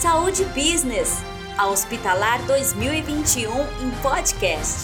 Saúde Business, a Hospitalar 2021 em podcast.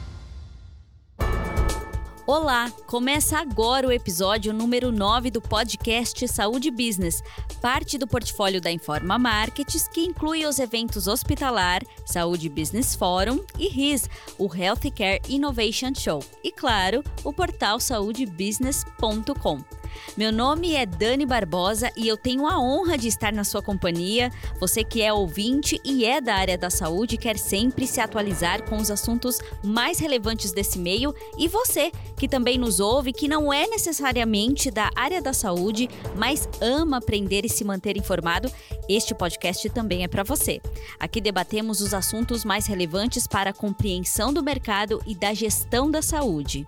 Olá, começa agora o episódio número 9 do podcast Saúde Business, parte do portfólio da Informa Markets, que inclui os eventos Hospitalar, Saúde Business Forum e RIS, o Healthcare Innovation Show, e claro, o portal saudebusiness.com. Meu nome é Dani Barbosa e eu tenho a honra de estar na sua companhia. Você que é ouvinte e é da área da saúde quer sempre se atualizar com os assuntos mais relevantes desse meio, e você que também nos ouve, que não é necessariamente da área da saúde, mas ama aprender e se manter informado, este podcast também é para você. Aqui debatemos os assuntos mais relevantes para a compreensão do mercado e da gestão da saúde.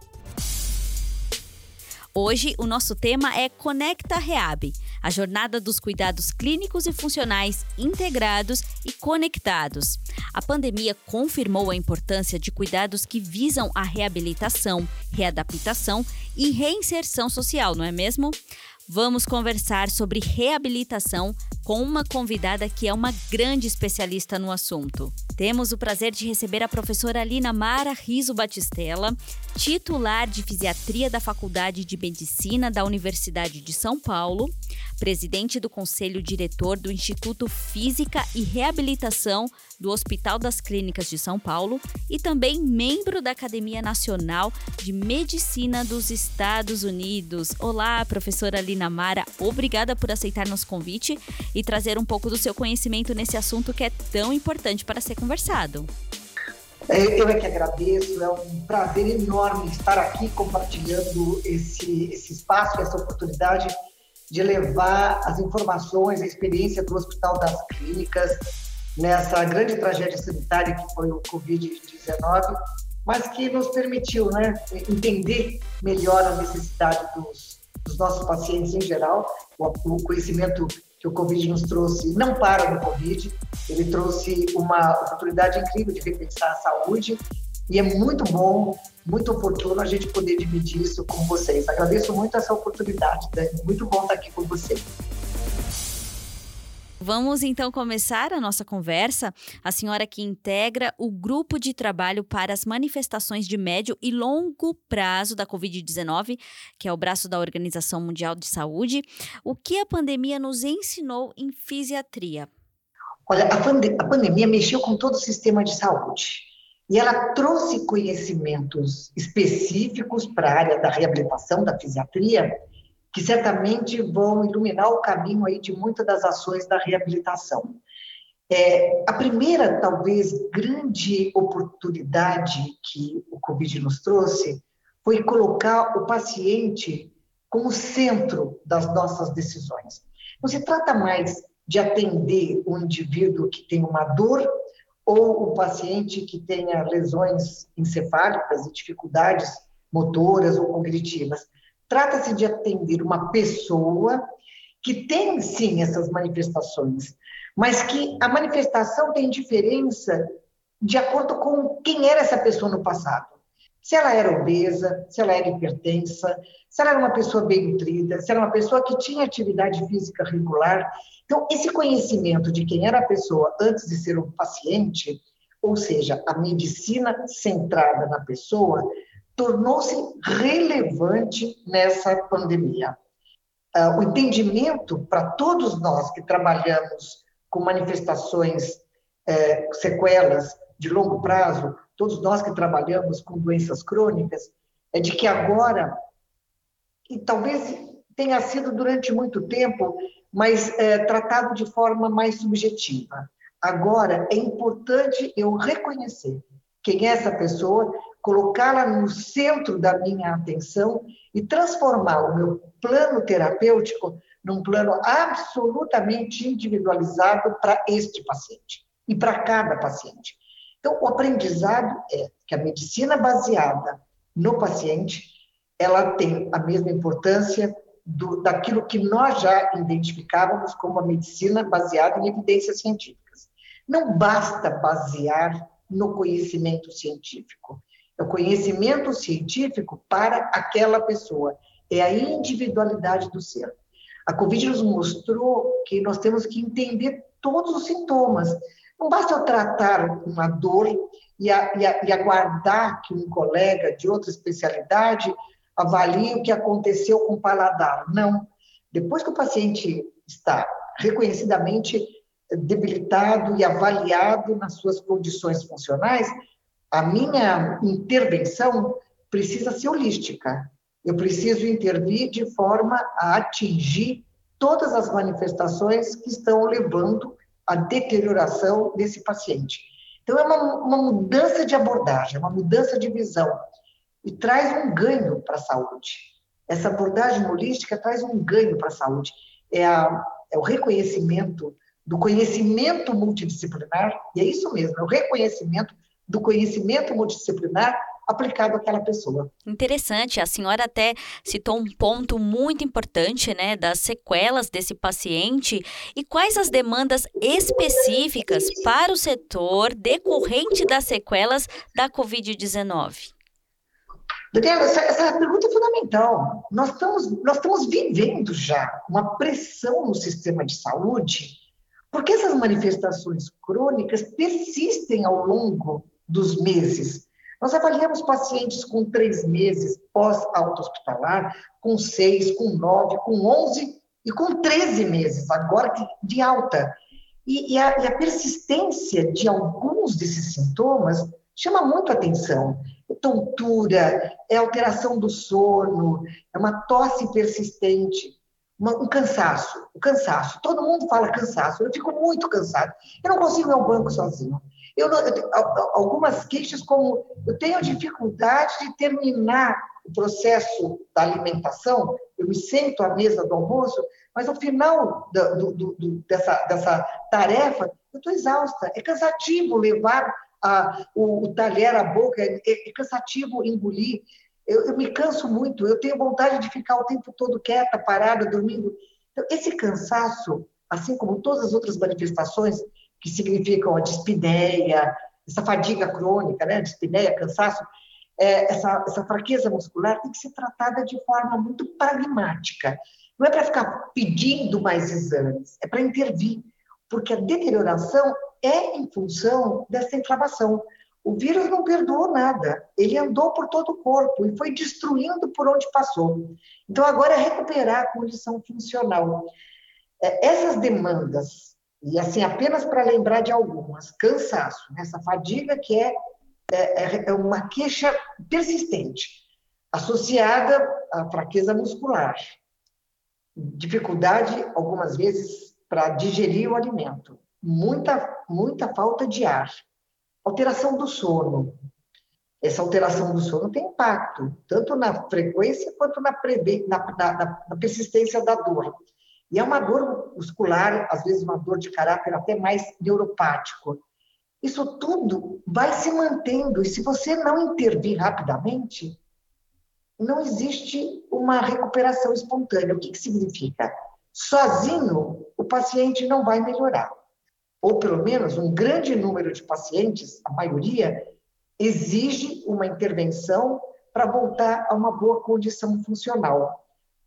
Hoje, o nosso tema é Conecta Reab, a jornada dos cuidados clínicos e funcionais integrados e conectados. A pandemia confirmou a importância de cuidados que visam a reabilitação, readaptação e reinserção social, não é mesmo? Vamos conversar sobre reabilitação com uma convidada que é uma grande especialista no assunto. Temos o prazer de receber a professora Linamara Riso Batistella, titular de Fisiatria da Faculdade de Medicina da Universidade de São Paulo, presidente do Conselho Diretor do Instituto Física e Reabilitação do Hospital das Clínicas de São Paulo e também membro da Academia Nacional de Medicina dos Estados Unidos. Olá, professora Linamara, obrigada por aceitar nosso convite e trazer um pouco do seu conhecimento nesse assunto que é tão importante para ser conversado. Eu é que agradeço, é um prazer enorme estar aqui compartilhando esse espaço, essa oportunidade de levar as informações, a experiência do Hospital das Clínicas nessa grande tragédia sanitária que foi o Covid-19, mas que nos permitiu, entender melhor a necessidade dos nossos pacientes em geral. O conhecimento que o Covid nos trouxe não para no Covid, ele trouxe uma oportunidade incrível de repensar a saúde, e é muito bom, muito oportuno a gente poder dividir isso com vocês. Agradeço muito essa oportunidade, Dani. Muito bom estar aqui com vocês. Vamos então começar a nossa conversa. A senhora que integra o grupo de trabalho para as manifestações de médio e longo prazo da Covid-19, que é o braço da Organização Mundial de Saúde. O que a pandemia nos ensinou em fisiatria? Olha, a pandemia mexeu com todo o sistema de saúde e ela trouxe conhecimentos específicos para a área da reabilitação, da fisiatria, que certamente vão iluminar o caminho aí de muitas das ações da reabilitação. A primeira, talvez, grande oportunidade que o Covid nos trouxe foi colocar o paciente como centro das nossas decisões. Não se trata mais de atender um indivíduo que tem uma dor ou o paciente que tenha lesões encefálicas e dificuldades motoras ou cognitivas. Trata-se de atender uma pessoa que tem, sim, essas manifestações, mas que a manifestação tem diferença de acordo com quem era essa pessoa no passado. Se ela era obesa, se ela era hipertensa, se ela era uma pessoa bem nutrida, se era uma pessoa que tinha atividade física regular. Então, esse conhecimento de quem era a pessoa antes de ser um paciente, ou seja, a medicina centrada na pessoa, tornou-se relevante nessa pandemia. O entendimento para todos nós que trabalhamos com manifestações, sequelas de longo prazo, todos nós que trabalhamos com doenças crônicas, é de que agora, e talvez tenha sido durante muito tempo, mas tratado de forma mais subjetiva. Agora, é importante eu reconhecer quem é essa pessoa, colocá-la no centro da minha atenção e transformar o meu plano terapêutico num plano absolutamente individualizado para este paciente e para cada paciente. Então, o aprendizado é que a medicina baseada no paciente, ela tem a mesma importância daquilo que nós já identificávamos como a medicina baseada em evidências científicas. Não basta basear no conhecimento científico. É o conhecimento científico para aquela pessoa. É a individualidade do ser. A Covid nos mostrou que nós temos que entender todos os sintomas. Não basta eu tratar uma dor e aguardar que um colega de outra especialidade avalie o que aconteceu com o paladar. Não. Depois que o paciente está reconhecidamente debilitado e avaliado nas suas condições funcionais, a minha intervenção precisa ser holística. Eu preciso intervir de forma a atingir todas as manifestações que estão levando à deterioração desse paciente. Então, é uma mudança de abordagem, uma mudança de visão, e traz um ganho para a saúde. Essa abordagem holística traz um ganho para a saúde. É o reconhecimento do conhecimento multidisciplinar, e é isso mesmo, é o reconhecimento do conhecimento multidisciplinar aplicado àquela pessoa. Interessante, a senhora até citou um ponto muito importante, né, das sequelas desse paciente e quais as demandas específicas para o setor decorrente das sequelas da Covid-19. Daniela, essa pergunta é fundamental. Nós estamos vivendo já uma pressão no sistema de saúde, porque essas manifestações crônicas persistem ao longo dos meses. Nós avaliamos pacientes com 3 meses pós-alta hospitalar, com 6, com 9, com 11 e com 13 meses, agora de alta. E a persistência de alguns desses sintomas chama muito a atenção. É tontura, é alteração do sono, é uma tosse persistente, um cansaço. O cansaço, todo mundo fala cansaço, eu fico muito cansado. Eu não consigo ir ao banco sozinho. Eu tenho algumas queixas como eu tenho dificuldade de terminar o processo da alimentação, eu me sento à mesa do almoço, mas no final dessa tarefa eu estou exausta. É cansativo levar o talher à boca, é cansativo engolir. Eu me canso muito, eu tenho vontade de ficar o tempo todo quieta, parada, dormindo. Então, esse cansaço, assim como todas as outras manifestações que significam a dispneia, essa fadiga crônica, né? Dispneia, cansaço, essa fraqueza muscular tem que ser tratada de forma muito pragmática. Não é para ficar pedindo mais exames, é para intervir, porque a deterioração é em função dessa inflamação. O vírus não perdoou nada, ele andou por todo o corpo e foi destruindo por onde passou. Então, agora é recuperar a condição funcional. Essas demandas, e assim, apenas para lembrar de algumas, cansaço, essa fadiga que é uma queixa persistente, associada à fraqueza muscular, dificuldade, algumas vezes, para digerir o alimento, muita falta de ar, alteração do sono. Essa alteração do sono tem impacto, tanto na frequência quanto na persistência da dor. E é uma dor muscular, às vezes uma dor de caráter até mais neuropático. Isso tudo vai se mantendo, e se você não intervir rapidamente, não existe uma recuperação espontânea. O que significa? Sozinho, o paciente não vai melhorar. Ou, pelo menos, um grande número de pacientes, a maioria, exige uma intervenção para voltar a uma boa condição funcional.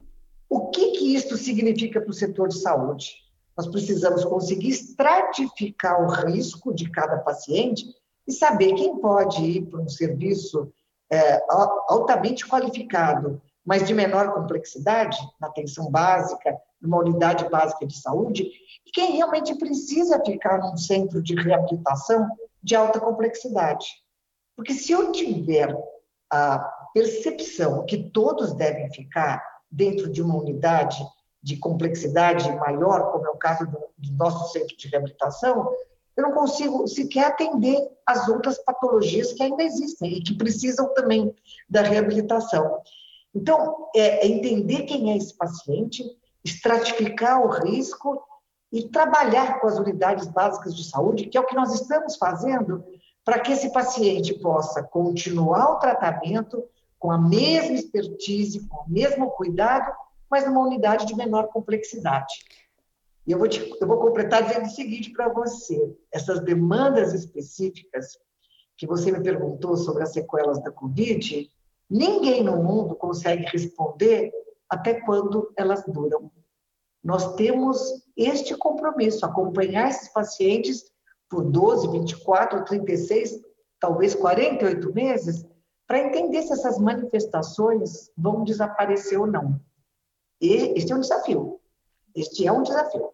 O que isto significa para o setor de saúde? Nós precisamos conseguir estratificar o risco de cada paciente e saber quem pode ir para um serviço altamente qualificado, mas de menor complexidade, na atenção básica, numa unidade básica de saúde, e quem realmente precisa ficar num centro de reabilitação de alta complexidade. Porque se eu tiver a percepção que todos devem ficar dentro de uma unidade de complexidade maior, como é o caso do nosso centro de reabilitação, eu não consigo sequer atender as outras patologias que ainda existem e que precisam também da reabilitação. Então, entender quem é esse paciente, estratificar o risco e trabalhar com as unidades básicas de saúde, que é o que nós estamos fazendo, para que esse paciente possa continuar o tratamento com a mesma expertise, com o mesmo cuidado, mas numa unidade de menor complexidade. E eu vou completar dizendo o seguinte para você: essas demandas específicas que você me perguntou sobre as sequelas da Covid, ninguém no mundo consegue responder até quando elas duram. nós temos este compromisso, acompanhar esses pacientes por 12, 24, 36, talvez 48 meses, para entender se essas manifestações vão desaparecer ou não. E este é um desafio. Este é um desafio.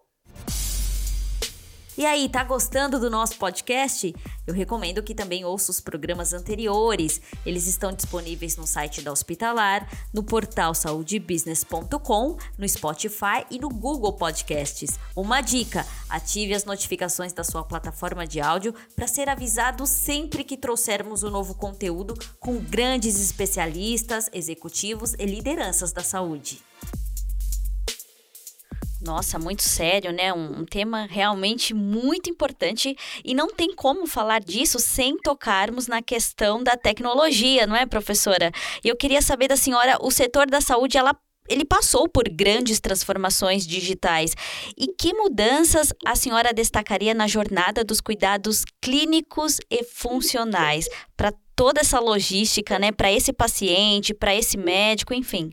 E aí, tá gostando do nosso podcast? Eu recomendo que também ouça os programas anteriores. Eles estão disponíveis no site da Hospitalar, no portal saudebusiness.com, no Spotify e no Google Podcasts. Uma dica: ative as notificações da sua plataforma de áudio para ser avisado sempre que trouxermos um novo conteúdo com grandes especialistas, executivos e lideranças da saúde. Nossa, muito sério, né? Um tema realmente muito importante e não tem como falar disso sem tocarmos na questão da tecnologia, não é, professora? E eu queria saber da senhora, o setor da saúde, ele passou por grandes transformações digitais. E que mudanças a senhora destacaria na jornada dos cuidados clínicos e funcionais para toda essa logística, né? Para esse paciente, para esse médico, enfim.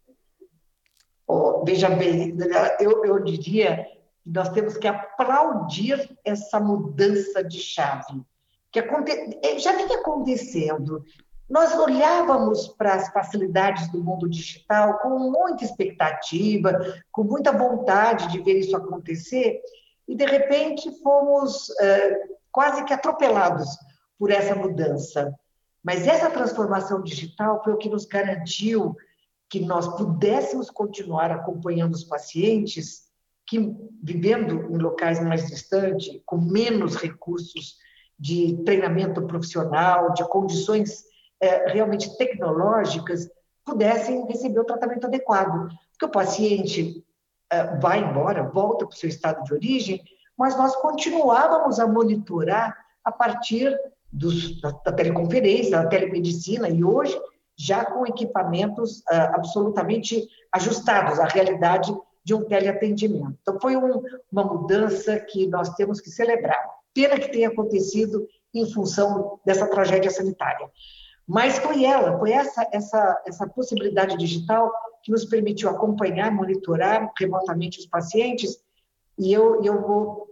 Veja bem, eu diria que nós temos que aplaudir essa mudança de chave, que já vinha acontecendo. Nós olhávamos para as facilidades do mundo digital com muita expectativa, com muita vontade de ver isso acontecer, e, de repente, fomos quase que atropelados por essa mudança. Mas essa transformação digital foi o que nos garantiu que nós pudéssemos continuar acompanhando os pacientes que, vivendo em locais mais distantes, com menos recursos de treinamento profissional, de condições realmente tecnológicas, pudessem receber o tratamento adequado. Porque o paciente vai embora, volta para o seu estado de origem, mas nós continuávamos a monitorar a partir da teleconferência, da telemedicina, e hoje já com equipamentos absolutamente ajustados à realidade de um teleatendimento. Então, foi uma mudança que nós temos que celebrar. Pena que tenha acontecido em função dessa tragédia sanitária. Mas foi essa possibilidade digital que nos permitiu acompanhar, monitorar remotamente os pacientes, e eu vou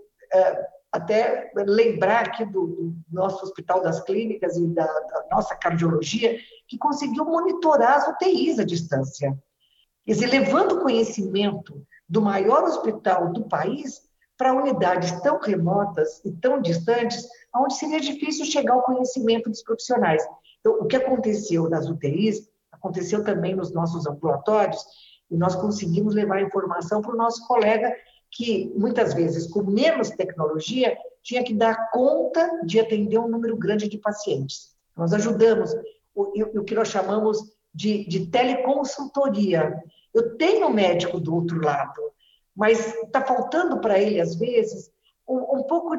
até lembrar aqui do nosso Hospital das Clínicas e da nossa cardiologia, que conseguiu monitorar as UTIs à distância. Quer dizer, levando conhecimento do maior hospital do país para unidades tão remotas e tão distantes, onde seria difícil chegar ao conhecimento dos profissionais. Então, o que aconteceu nas UTIs, aconteceu também nos nossos ambulatórios, e nós conseguimos levar informação para o nosso colega que, muitas vezes, com menos tecnologia, tinha que dar conta de atender um número grande de pacientes. Nós ajudamos o que nós chamamos de teleconsultoria. Eu tenho um médico do outro lado, mas está faltando para ele, às vezes, um pouco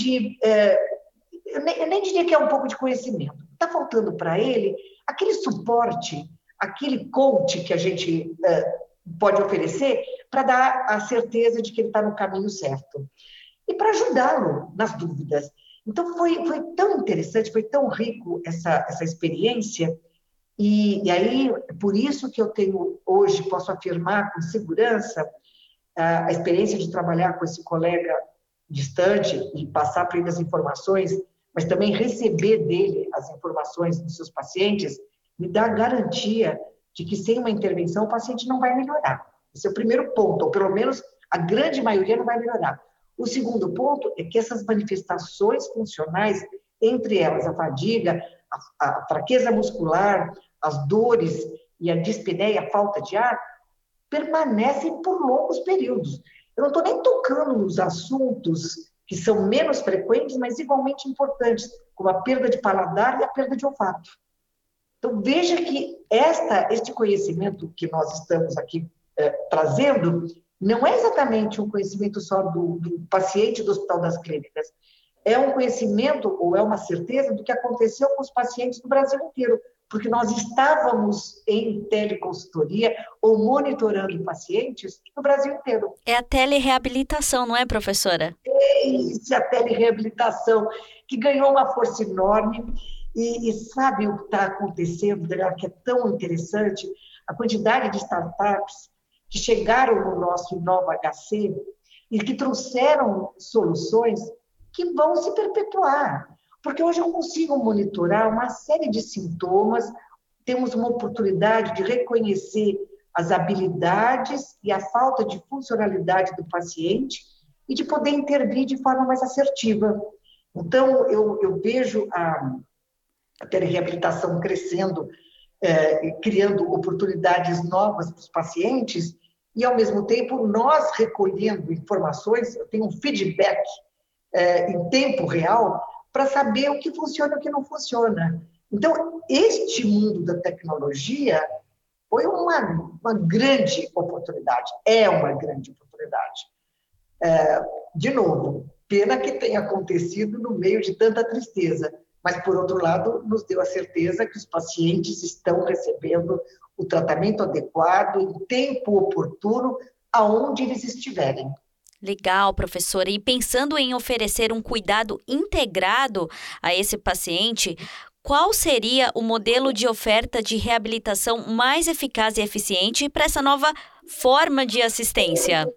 eu nem diria que é um pouco de conhecimento. Está faltando para ele aquele suporte, aquele coach que a gente pode oferecer para dar a certeza de que ele está no caminho certo. E para ajudá-lo nas dúvidas. Então, foi tão interessante, foi tão rico essa experiência, e aí, por isso que eu tenho hoje, posso afirmar com segurança, a experiência de trabalhar com esse colega distante e passar para ele as informações, mas também receber dele as informações dos seus pacientes, me dá a garantia de que sem uma intervenção o paciente não vai melhorar. Esse é o primeiro ponto, ou pelo menos a grande maioria não vai melhorar. O segundo ponto é que essas manifestações funcionais, entre elas a fadiga, a fraqueza muscular, as dores e a dispneia, a falta de ar, permanecem por longos períodos. Eu não estou nem tocando nos assuntos que são menos frequentes, mas igualmente importantes, como a perda de paladar e a perda de olfato. Então, veja que este conhecimento que nós estamos aqui trazendo não é exatamente um conhecimento só do paciente do Hospital das Clínicas, é um conhecimento ou é uma certeza do que aconteceu com os pacientes do Brasil inteiro, porque nós estávamos em teleconsultoria ou monitorando pacientes no Brasil inteiro. É a telereabilitação, não é, professora? É isso, a telereabilitação, que ganhou uma força enorme. E sabe o que está acontecendo, que é tão interessante? A quantidade de startups que chegaram no nosso Inova HC e que trouxeram soluções que vão se perpetuar. Porque hoje eu consigo monitorar uma série de sintomas, temos uma oportunidade de reconhecer as habilidades e a falta de funcionalidade do paciente e de poder intervir de forma mais assertiva. Então, eu vejo a telereabilitação crescendo, criando oportunidades novas para os pacientes e, ao mesmo tempo, nós recolhendo informações, eu tenho um feedback em tempo real para saber o que funciona e o que não funciona. Então, este mundo da tecnologia foi uma grande oportunidade, é uma grande oportunidade. De novo, pena que tenha acontecido no meio de tanta tristeza, mas, por outro lado, nos deu a certeza que os pacientes estão recebendo o tratamento adequado, em tempo oportuno, aonde eles estiverem. Legal, professora. E pensando em oferecer um cuidado integrado a esse paciente, qual seria o modelo de oferta de reabilitação mais eficaz e eficiente para essa nova forma de assistência?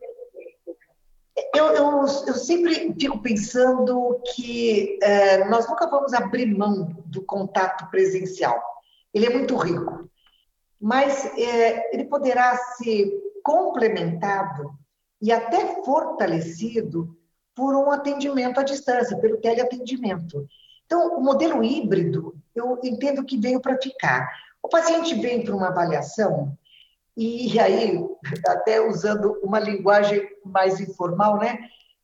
Eu sempre fico pensando que nós nunca vamos abrir mão do contato presencial. Ele é muito rico, mas ele poderá ser complementado e até fortalecido por um atendimento à distância, pelo teleatendimento. Então, o modelo híbrido, eu entendo que veio para ficar. O paciente vem para uma avaliação, e aí, até usando uma linguagem mais informal, né,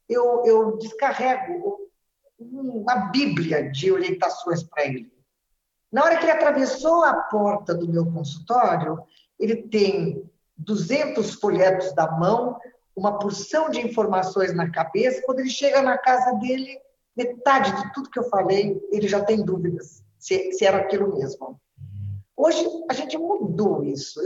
eu descarrego uma bíblia de orientações para ele. Na hora que ele atravessou a porta do meu consultório, ele tem 200 folhetos da mão, uma porção de informações na cabeça. Quando ele chega na casa dele, metade de tudo que eu falei, ele já tem dúvidas se era aquilo mesmo. Hoje, a gente mudou isso.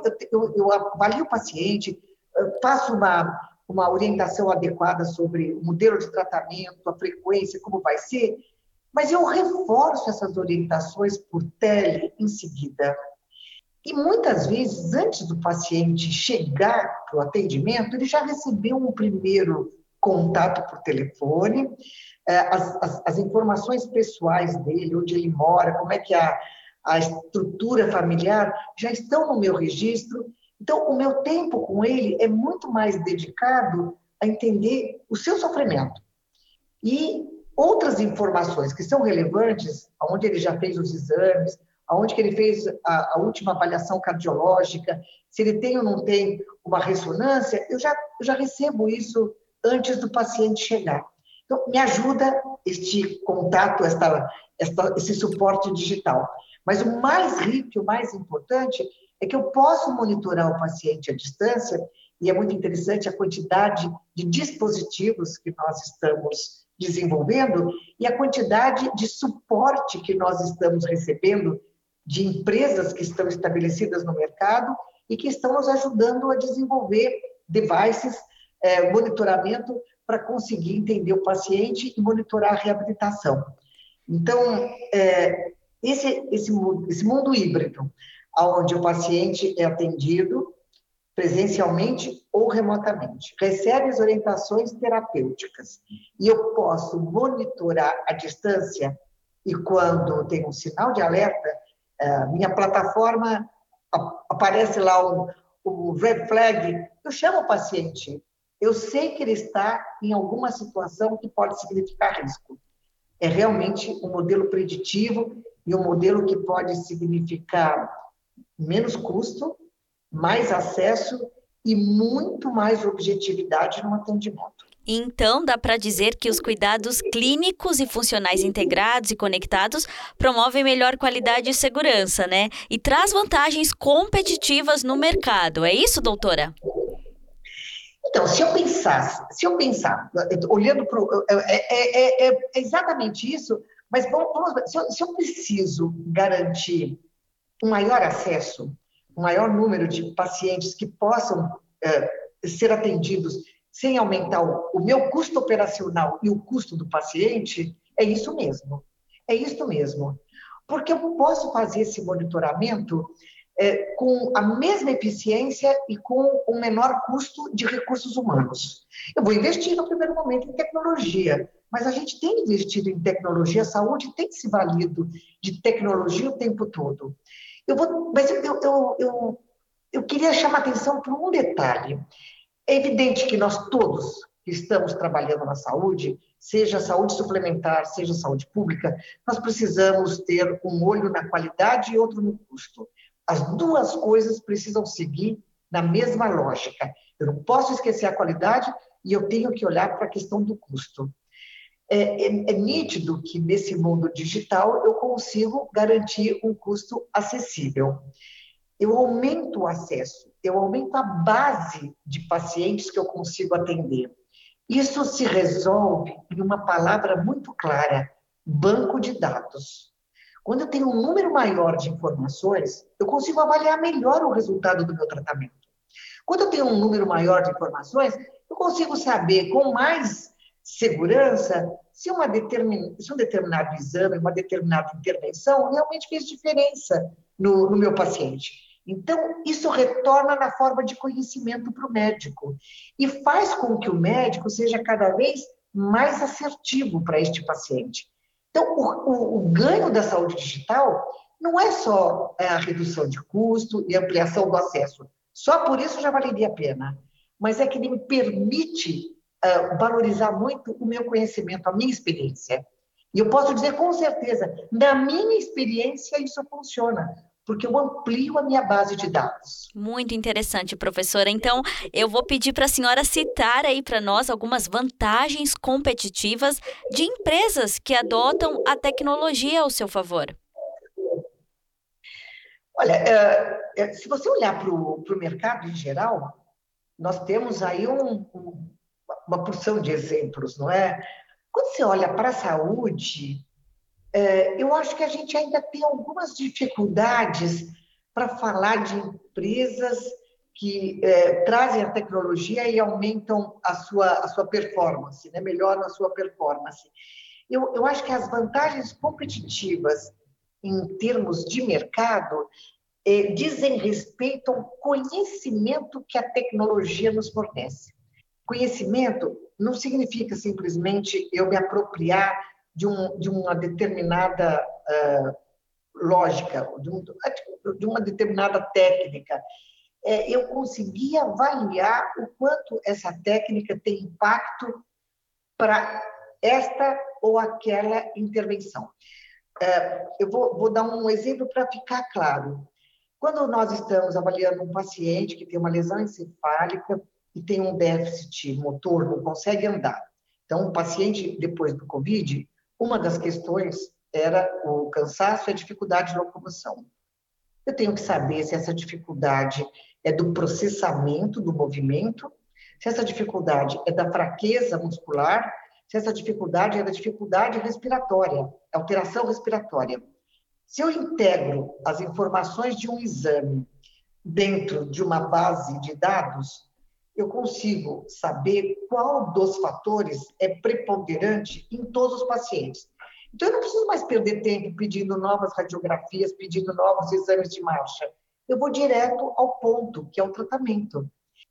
Eu avalio o paciente, faço uma orientação adequada sobre o modelo de tratamento, a frequência, como vai ser, mas eu reforço essas orientações por tele em seguida. E muitas vezes, antes do paciente chegar para o atendimento, ele já recebeu um primeiro contato por telefone, as informações pessoais dele, onde ele mora, como é que a estrutura familiar, já estão no meu registro. Então, o meu tempo com ele é muito mais dedicado a entender o seu sofrimento. E outras informações que são relevantes, onde ele já fez os exames, onde que ele fez a última avaliação cardiológica, se ele tem ou não tem uma ressonância, eu já recebo isso antes do paciente chegar. Então, me ajuda este contato, esse suporte digital. Mas o mais rico e o mais importante é que eu posso monitorar o paciente à distância, e é muito interessante a quantidade de dispositivos que nós estamos desenvolvendo e a quantidade de suporte que nós estamos recebendo de empresas que estão estabelecidas no mercado e que estão nos ajudando a desenvolver devices, monitoramento para conseguir entender o paciente e monitorar a reabilitação. Então, esse mundo híbrido, onde o paciente é atendido presencialmente ou remotamente, recebe as orientações terapêuticas e eu posso monitorar à distância, e quando tem um sinal de alerta, minha plataforma aparece lá o red flag, eu chamo o paciente, eu sei que ele está em alguma situação que pode significar risco. É realmente um modelo preditivo e um modelo que pode significar menos custo, mais acesso e muito mais objetividade no atendimento. Então, dá para dizer que os cuidados clínicos e funcionais integrados e conectados promovem melhor qualidade e segurança, né? E traz vantagens competitivas no mercado. É isso, doutora? Então, se eu pensar, olhando para é exatamente isso, mas vamos ver, se eu preciso garantir um maior acesso, um maior número de pacientes que possam ser atendidos sem aumentar o meu custo operacional e o custo do paciente, é isso mesmo. É isso mesmo. Porque eu posso fazer esse monitoramento com a mesma eficiência e com o menor custo de recursos humanos. Eu vou investir no primeiro momento em tecnologia, mas a gente tem investido em tecnologia, a saúde tem se valido de tecnologia o tempo todo. Eu queria chamar a atenção para um detalhe. É evidente que nós todos que estamos trabalhando na saúde, seja saúde suplementar, seja saúde pública, nós precisamos ter um olho na qualidade e outro no custo. As duas coisas precisam seguir na mesma lógica. Eu não posso esquecer a qualidade e eu tenho que olhar para a questão do custo. É nítido que nesse mundo digital eu consigo garantir um custo acessível. Eu aumento o acesso, eu aumento a base de pacientes que eu consigo atender. Isso se resolve em uma palavra muito clara: banco de dados. Quando eu tenho um número maior de informações, eu consigo avaliar melhor o resultado do meu tratamento. Quando eu tenho um número maior de informações, eu consigo saber com mais segurança se um determinado exame, uma determinada intervenção realmente fez diferença no meu paciente. Então, isso retorna na forma de conhecimento para o médico e faz com que o médico seja cada vez mais assertivo para este paciente. Então, o ganho da saúde digital não é só a redução de custo e ampliação do acesso. Só por isso já valeria a pena. Mas é que ele me permite valorizar muito o meu conhecimento, a minha experiência. E eu posso dizer com certeza, na minha experiência isso funciona, porque eu amplio a minha base de dados. Muito interessante, professora. Então, eu vou pedir para a senhora citar aí para nós algumas vantagens competitivas de empresas que adotam a tecnologia ao seu favor. Olha, se você olhar para o mercado em geral, nós temos aí uma porção de exemplos, não é? Quando você olha para a saúde, eu acho que a gente ainda tem algumas dificuldades para falar de empresas que trazem a tecnologia e aumentam a sua performance, né? Melhoram a sua performance. Eu acho que as vantagens competitivas em termos de mercado dizem respeito ao conhecimento que a tecnologia nos fornece. Conhecimento não significa simplesmente eu me apropriar de uma determinada lógica, de uma determinada técnica. Eu conseguir avaliar o quanto essa técnica tem impacto para esta ou aquela intervenção. Eu vou dar um exemplo para ficar claro. Quando nós estamos avaliando um paciente que tem uma lesão encefálica e tem um déficit motor, não consegue andar. Então, o paciente, depois do COVID, uma das questões era o cansaço e a dificuldade de locomoção. Eu tenho que saber se essa dificuldade é do processamento do movimento, se essa dificuldade é da fraqueza muscular, se essa dificuldade é da dificuldade respiratória, alteração respiratória. Se eu integro as informações de um exame dentro de uma base de dados, eu consigo saber qual dos fatores é preponderante em todos os pacientes. Então, eu não preciso mais perder tempo pedindo novas radiografias, pedindo novos exames de marcha. Eu vou direto ao ponto, que é o tratamento.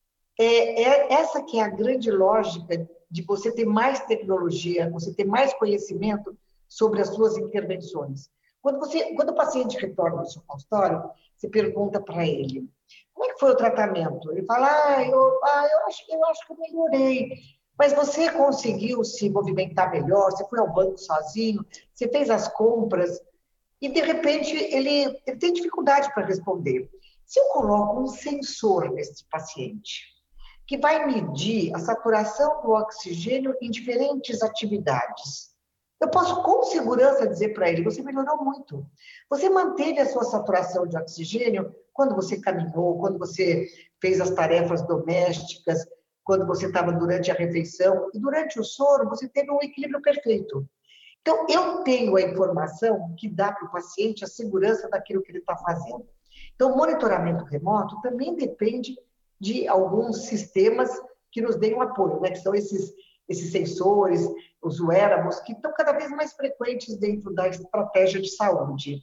Essa que é a grande lógica de você ter mais tecnologia, você ter mais conhecimento sobre as suas intervenções. Quando o paciente retorna ao seu consultório, você pergunta para ele, como é que foi o tratamento? Ele fala, eu acho que eu melhorei. Mas você conseguiu se movimentar melhor? Você foi ao banco sozinho? Você fez as compras? E, de repente, ele tem dificuldade para responder. Se eu coloco um sensor nesse paciente, que vai medir a saturação do oxigênio em diferentes atividades, eu posso, com segurança, dizer para ele, você melhorou muito. Você manteve a sua saturação de oxigênio quando você caminhou, quando você fez as tarefas domésticas, quando você estava durante a refeição, e durante o sono você teve um equilíbrio perfeito. Então, eu tenho a informação que dá para o paciente a segurança daquilo que ele está fazendo. Então, o monitoramento remoto também depende de alguns sistemas que nos deem um apoio, né? Que são esses sensores, os wearables, que estão cada vez mais frequentes dentro da estratégia de saúde.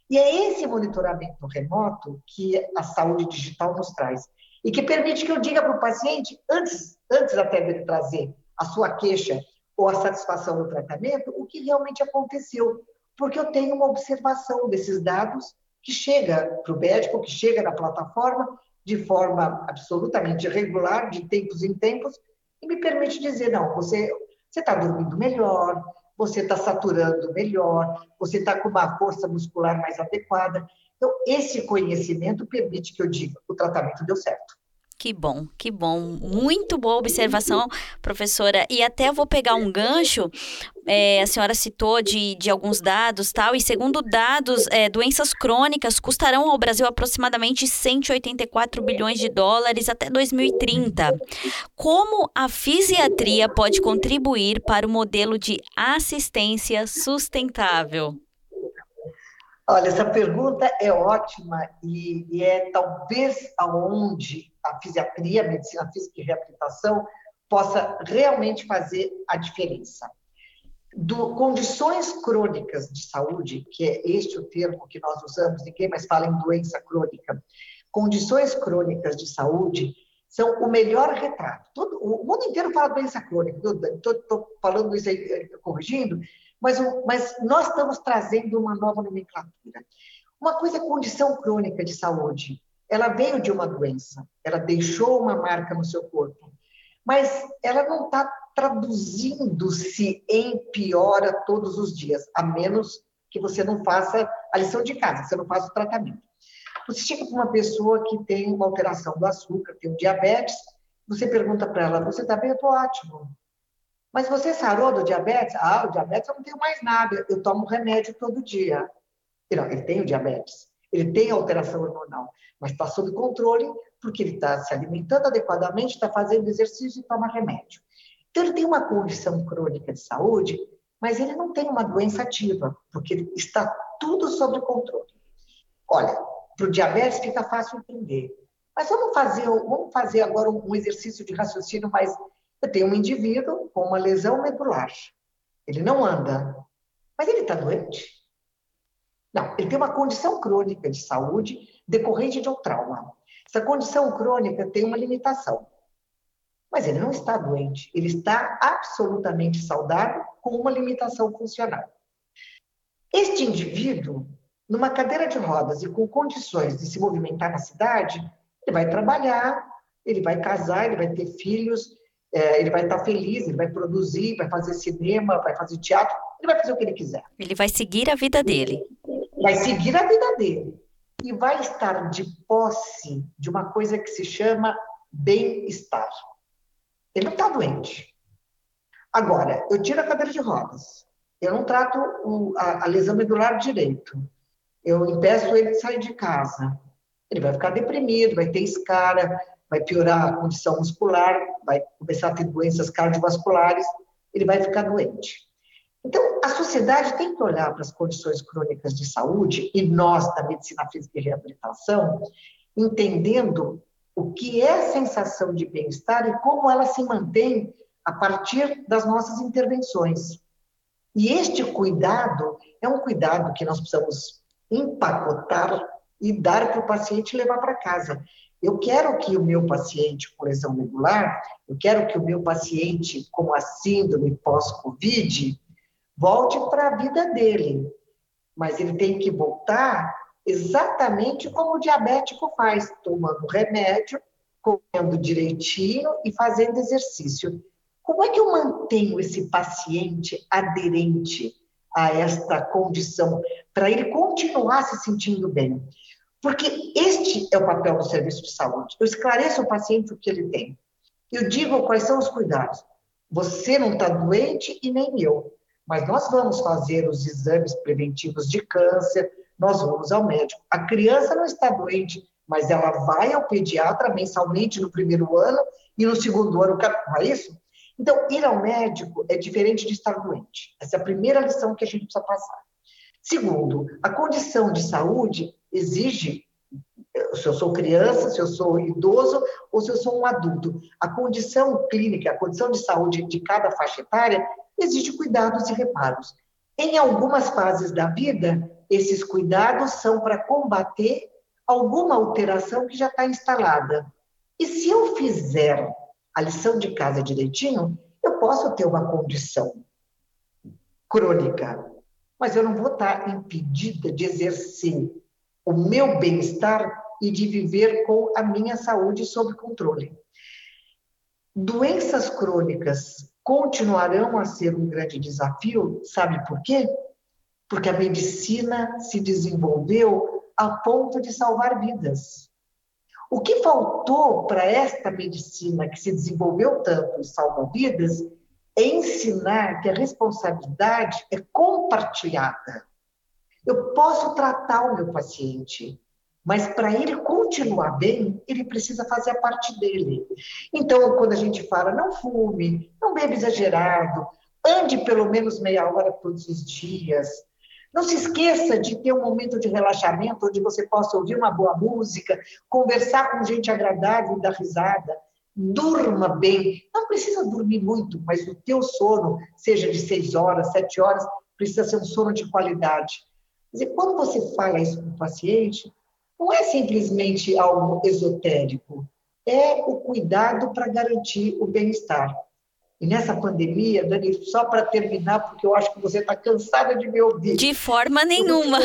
E é esse monitoramento remoto que a saúde digital nos traz. E que permite que eu diga para o paciente, antes até dele trazer a sua queixa ou a satisfação do tratamento, o que realmente aconteceu. Porque eu tenho uma observação desses dados que chega para o médico, que chega na plataforma, de forma absolutamente regular, de tempos em tempos, e me permite dizer, não, você está dormindo melhor, você está saturando melhor, você está com uma força muscular mais adequada. Então, esse conhecimento permite que eu diga, o tratamento deu certo. Que bom, que bom. Muito boa observação, professora. E até eu vou pegar um gancho. A senhora citou de alguns dados, tal, e segundo dados, doenças crônicas custarão ao Brasil aproximadamente 184 bilhões de dólares até 2030. Como a fisiatria pode contribuir para o modelo de assistência sustentável? Olha, essa pergunta é ótima e é talvez aonde a fisiatria, a medicina física e reabilitação possa realmente fazer a diferença. Condições crônicas de saúde, que é este o termo que nós usamos, ninguém mais fala em doença crônica, condições crônicas de saúde são o melhor retrato. O mundo inteiro fala doença crônica, estou falando isso aí, corrigindo, mas nós estamos trazendo uma nova nomenclatura. Uma coisa é condição crônica de saúde. Ela veio de uma doença, ela deixou uma marca no seu corpo, mas ela não está traduzindo-se em piora todos os dias, a menos que você não faça a lição de casa, você não faça o tratamento. Você chega para uma pessoa que tem uma alteração do açúcar, tem um diabetes, você pergunta para ela, você está bem? Eu estou ótimo. Mas você sarou do diabetes? Ah, o diabetes eu não tenho mais nada, eu tomo remédio todo dia. Não, ele tem o diabetes, ele tem alteração hormonal, mas está sob controle porque ele está se alimentando adequadamente, está fazendo exercício e toma remédio. Então, ele tem uma condição crônica de saúde, mas ele não tem uma doença ativa, porque está tudo sob controle. Olha, para o diabetes fica fácil entender. Mas vamos fazer agora um exercício de raciocínio mais... Eu tenho um indivíduo com uma lesão medular. Ele não anda, mas ele está doente? Não, ele tem uma condição crônica de saúde decorrente de um trauma. Essa condição crônica tem uma limitação. Mas ele não está doente, ele está absolutamente saudável com uma limitação funcional. Este indivíduo, numa cadeira de rodas e com condições de se movimentar na cidade, ele vai trabalhar, ele vai casar, ele vai ter filhos, ele vai estar feliz, ele vai produzir, vai fazer cinema, vai fazer teatro, ele vai fazer o que ele quiser. Ele vai seguir a vida dele. Vai seguir a vida dele. E vai estar de posse de uma coisa que se chama bem-estar. Ele não está doente. Agora, eu tiro a cadeira de rodas. Eu não trato a lesão medular direito. Eu impeço ele de sair de casa. Ele vai ficar deprimido, vai ter escara, vai piorar a condição muscular, vai começar a ter doenças cardiovasculares, ele vai ficar doente. Então, a sociedade tem que olhar para as condições crônicas de saúde, e nós, da medicina física e reabilitação, entendendo o que é a sensação de bem-estar e como ela se mantém a partir das nossas intervenções. E este cuidado é um cuidado que nós precisamos empacotar e dar para o paciente levar para casa. Eu quero que o meu paciente com lesão medular, eu quero que o meu paciente com a síndrome pós-Covid volte para a vida dele, mas ele tem que voltar exatamente como o diabético faz, tomando remédio, comendo direitinho e fazendo exercício. Como é que eu mantenho esse paciente aderente a esta condição, para ele continuar se sentindo bem? Porque este é o papel do serviço de saúde. Eu esclareço ao paciente o que ele tem. Eu digo quais são os cuidados. Você não está doente e nem eu. Mas nós vamos fazer os exames preventivos de câncer, nós vamos ao médico. A criança não está doente, mas ela vai ao pediatra mensalmente no primeiro ano e no segundo ano, não é isso? Então, ir ao médico é diferente de estar doente. Essa é a primeira lição que a gente precisa passar. Segundo, a condição de saúde exige, se eu sou criança, se eu sou idoso ou se eu sou um adulto, a condição clínica, a condição de saúde de cada faixa etária exige cuidados e reparos. Em algumas fases da vida, esses cuidados são para combater alguma alteração que já está instalada. E se eu fizer a lição de casa direitinho, eu posso ter uma condição crônica, mas eu não vou estar impedida de exercer o meu bem-estar e de viver com a minha saúde sob controle. Doenças crônicas continuarão a ser um grande desafio, sabe por quê? Porque a medicina se desenvolveu a ponto de salvar vidas. O que faltou para esta medicina que se desenvolveu tanto e salva vidas é ensinar que a responsabilidade é compartilhada. Eu posso tratar o meu paciente, mas para ele continuar bem, ele precisa fazer a parte dele. Então, quando a gente fala, não fume, não beba exagerado, ande pelo menos meia hora todos os dias, não se esqueça de ter um momento de relaxamento, onde você possa ouvir uma boa música, conversar com gente agradável e dar risada. Durma bem. Não precisa dormir muito, mas o teu sono, seja de 6 horas, 7 horas, precisa ser um sono de qualidade. Quer dizer, quando você fala isso com o paciente, não é simplesmente algo esotérico, é o cuidado para garantir o bem-estar. E nessa pandemia, Dani, só para terminar, porque eu acho que você está cansada de me ouvir. De forma nenhuma.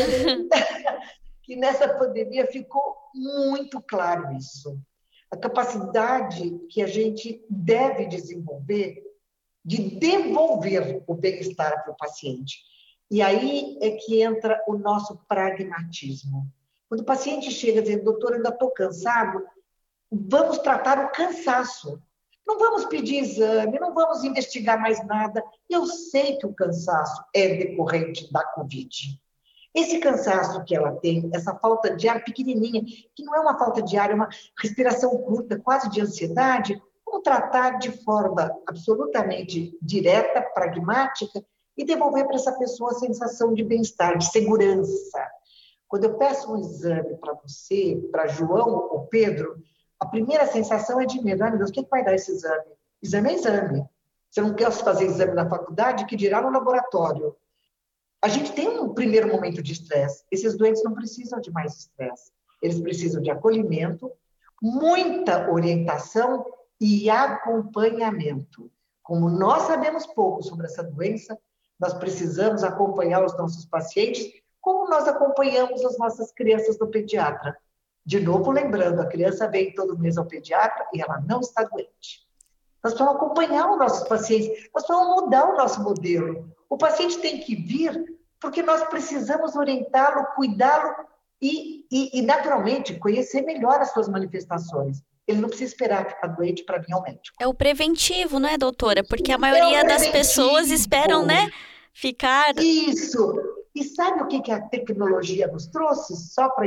Que nessa pandemia ficou muito claro isso. A capacidade que a gente deve desenvolver de devolver o bem-estar para o paciente. E aí é que entra o nosso pragmatismo. Quando o paciente chega dizendo, doutor, eu ainda estou cansado, vamos tratar o cansaço. Não vamos pedir exame, não vamos investigar mais nada. Eu sei que o cansaço é decorrente da Covid. Esse cansaço que ela tem, essa falta de ar pequenininha, que não é uma falta de ar, é uma respiração curta, quase de ansiedade, vamos tratar de forma absolutamente direta, pragmática, e devolver para essa pessoa a sensação de bem-estar, de segurança. Quando eu peço um exame para você, para João ou Pedro, a primeira sensação é de medo. Ai, meu Deus, o que vai dar esse exame? Exame é exame. Você não quer fazer exame na faculdade, que dirá no laboratório. A gente tem um primeiro momento de estresse. Esses doentes não precisam de mais estresse. Eles precisam de acolhimento, muita orientação e acompanhamento. Como nós sabemos pouco sobre essa doença, nós precisamos acompanhar os nossos pacientes como nós acompanhamos as nossas crianças no pediatra. De novo, lembrando, a criança vem todo mês ao pediatra e ela não está doente. Nós precisamos acompanhar os nossos pacientes, nós precisamos mudar o nosso modelo. O paciente tem que vir porque nós precisamos orientá-lo, cuidá-lo e, naturalmente, conhecer melhor as suas manifestações. Ele não precisa esperar ficar doente para vir ao médico. É o preventivo, não é, doutora? Porque a maioria das pessoas esperam, né, ficar... Isso! E sabe o que a tecnologia nos trouxe? Só para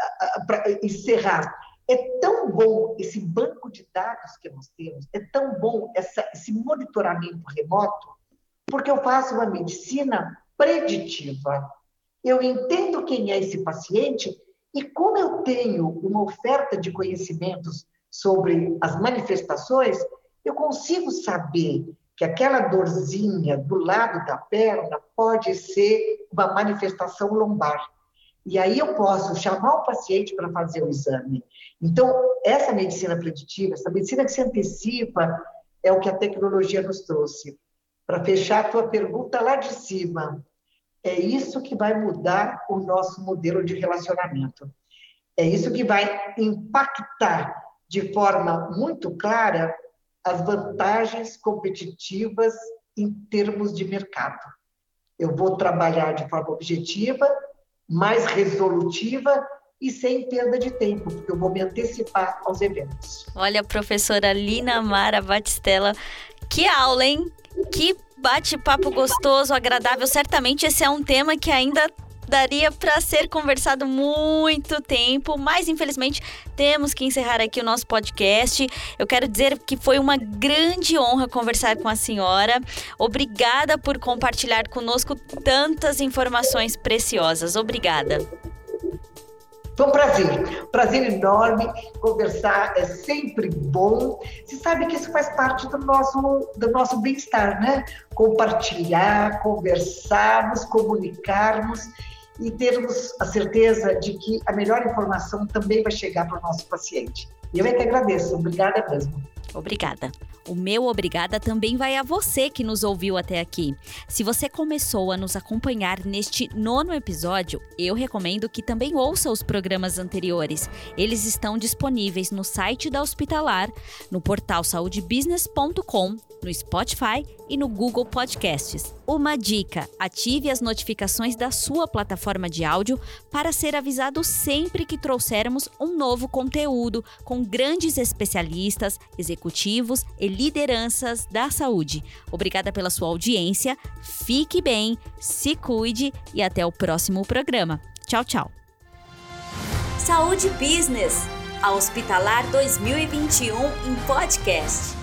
encerrar. É tão bom esse banco de dados que nós temos, é tão bom esse monitoramento remoto, porque eu faço uma medicina preditiva. Eu entendo quem é esse paciente e como eu tenho uma oferta de conhecimentos sobre as manifestações, eu consigo saber que aquela dorzinha do lado da perna pode ser uma manifestação lombar. E aí eu posso chamar o paciente para fazer o exame. Então, essa medicina preditiva, essa medicina que se antecipa, é o que a tecnologia nos trouxe. Para fechar a tua pergunta lá de cima, é isso que vai mudar o nosso modelo de relacionamento. É isso que vai impactar de forma muito clara as vantagens competitivas em termos de mercado. Eu vou trabalhar de forma objetiva, mais resolutiva e sem perda de tempo, porque eu vou me antecipar aos eventos. Olha, professora Lina Mara Battistella, que aula, hein? Que bate-papo gostoso, agradável. Certamente esse é um tema que ainda daria para ser conversado muito tempo, mas infelizmente temos que encerrar aqui o nosso podcast. Eu quero dizer que foi uma grande honra conversar com a senhora. Obrigada por compartilhar conosco tantas informações preciosas. Obrigada. Foi um prazer enorme. Conversar é sempre bom. Você sabe que isso faz parte do nosso bem-estar, né? Compartilhar, conversar, nos comunicarmos. e termos a certeza de que a melhor informação também vai chegar para o nosso paciente. E eu é que agradeço. Obrigada mesmo. Obrigada. O meu obrigada também vai a você que nos ouviu até aqui. Se você começou a nos acompanhar neste 9º episódio, eu recomendo que também ouça os programas anteriores. Eles estão disponíveis no site da Hospitalar, no portal saudebusiness.com, no Spotify e no Google Podcasts. Uma dica: ative as notificações da sua plataforma de áudio para ser avisado sempre que trouxermos um novo conteúdo com grandes especialistas, executivos e lideranças da saúde. Obrigada pela sua audiência, fique bem, se cuide e até o próximo programa. Tchau, tchau. Saúde Business, a Hospitalar 2021 em podcast.